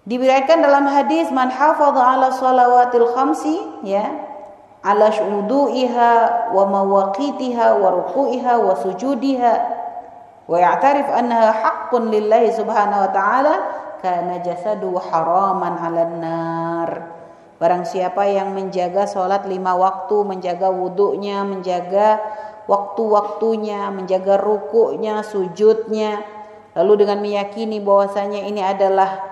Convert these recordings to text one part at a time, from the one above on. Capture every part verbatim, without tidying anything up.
Diriwayatkan dalam hadis, man hafadha ala shalawatil khamsi, ya, ala syudu'iha wa mawaqitiha wa ruku'iha wa sujudiha wa ya'tarif annaha haqqun lillahi subhanahu wa ta'ala kana jasadu haraman 'alan nar. Barang siapa yang menjaga salat lima waktu, menjaga wudunya, menjaga waktu-waktunya, menjaga rukuknya, sujudnya, lalu dengan meyakini bahwasanya ini adalah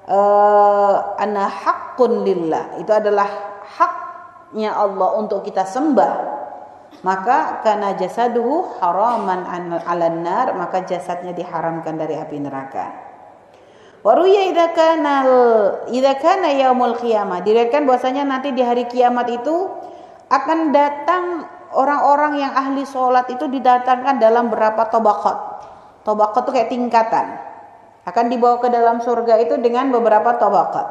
uh, anna haqqun lillah, itu adalah haknya Allah untuk kita sembah, maka kana jasaduhu haraman 'alan nar, maka jasadnya diharamkan dari api neraka. Waruya idza kana idza kana yaumul qiyamah, diriwayatkan bahwasanya nanti di hari kiamat itu akan datang orang-orang yang ahli sholat itu didatangkan dalam berapa tabaqat. Tabaqat itu kayak tingkatan. Akan dibawa ke dalam surga itu dengan beberapa tabaqat.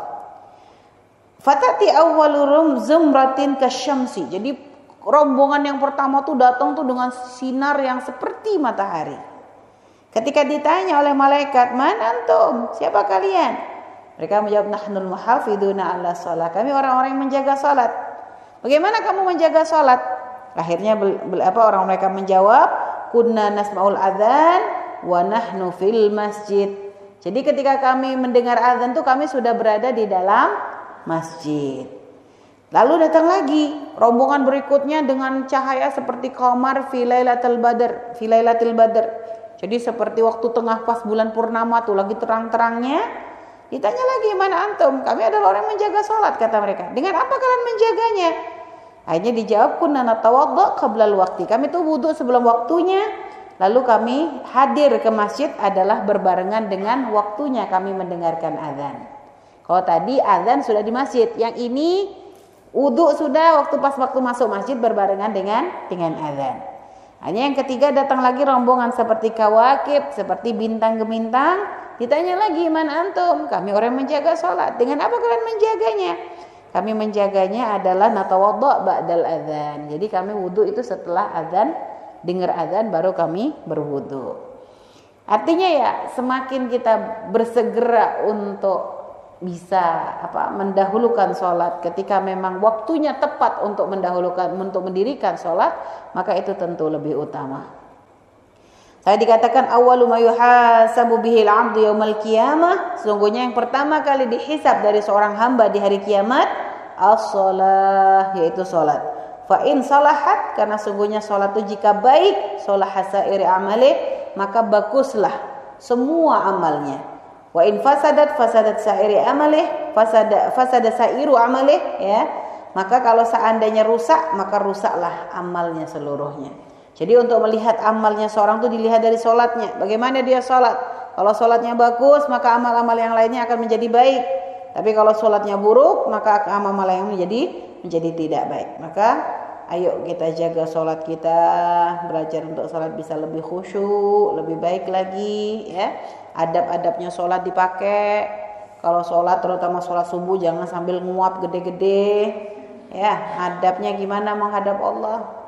Fatati awwalurum zumratin kasyamsi. Jadi rombongan yang pertama tuh datang tuh dengan sinar yang seperti matahari. Ketika ditanya oleh malaikat, "Man antum? Siapa kalian?" Mereka menjawab, "Nahnul muhafiduna 'ala shalah." Kami orang-orang yang menjaga salat. Bagaimana kamu menjaga salat? Akhirnya bel, bel, apa orang mereka menjawab, "Kunna nasma'ul adzan wa nahnu fil masjid." Jadi ketika kami mendengar azan tuh kami sudah berada di dalam masjid. Lalu datang lagi rombongan berikutnya dengan cahaya seperti qamar fi lailatul badr, fi lailatul badr. Jadi seperti waktu tengah pas bulan purnama tuh lagi terang-terangnya. Ditanya lagi, "Mana antum?" "Kami adalah orang yang menjaga salat," kata mereka. "Dengan apa kalian menjaganya?" Akhirnya dijawab, "Kunna natawadda qabla al-waqti." Kami tuh wudu sebelum waktunya, lalu kami hadir ke masjid adalah berbarengan dengan waktunya kami mendengarkan azan. Kalau tadi azan sudah di masjid, yang ini wudu sudah waktu pas waktu masuk masjid berbarengan dengan dengan azan. Hanya yang ketiga datang lagi rombongan seperti kawakib, seperti bintang gemintang. Ditanya lagi, "Man antum?" "Kami orang menjaga salat." "Dengan apa kalian menjaganya?" "Kami menjaganya adalah natawadda ba'dal adzan." Jadi kami wudu itu setelah azan, dengar azan baru kami berwudu. Artinya ya, semakin kita bersegera untuk bisa apa mendahulukan sholat ketika memang waktunya tepat untuk mendahulukan untuk mendirikan sholat, maka itu tentu lebih utama. Saya dikatakan awwalu ma yuhasabu bihil 'abdu yaumal qiyamah, sesungguhnya yang pertama kali dihisab dari seorang hamba di hari kiamat as-shalah, yaitu sholat. Fa in salahat, karena sungguhnya sholat itu jika baik, salaha sa'iri amalih, maka baguslah semua amalnya. Wa in fasadat fasadat sa'iri amalih, fasada fasada sa'iru amalih, ya. Maka kalau seandainya rusak, maka rusaklah amalnya seluruhnya. Jadi untuk melihat amalnya seorang itu dilihat dari salatnya. Bagaimana dia salat? Kalau salatnya bagus, maka amal-amal yang lainnya akan menjadi baik. Tapi kalau salatnya buruk, maka amal-amal yang menjadi menjadi tidak baik. Maka ayo kita jaga salat kita, belajar untuk salat bisa lebih khusyuk, lebih baik lagi, ya. Adab-adabnya sholat dipakai. Kalau sholat, terutama sholat subuh, jangan sambil nguap gede-gede. Ya, adabnya gimana menghadap Allah.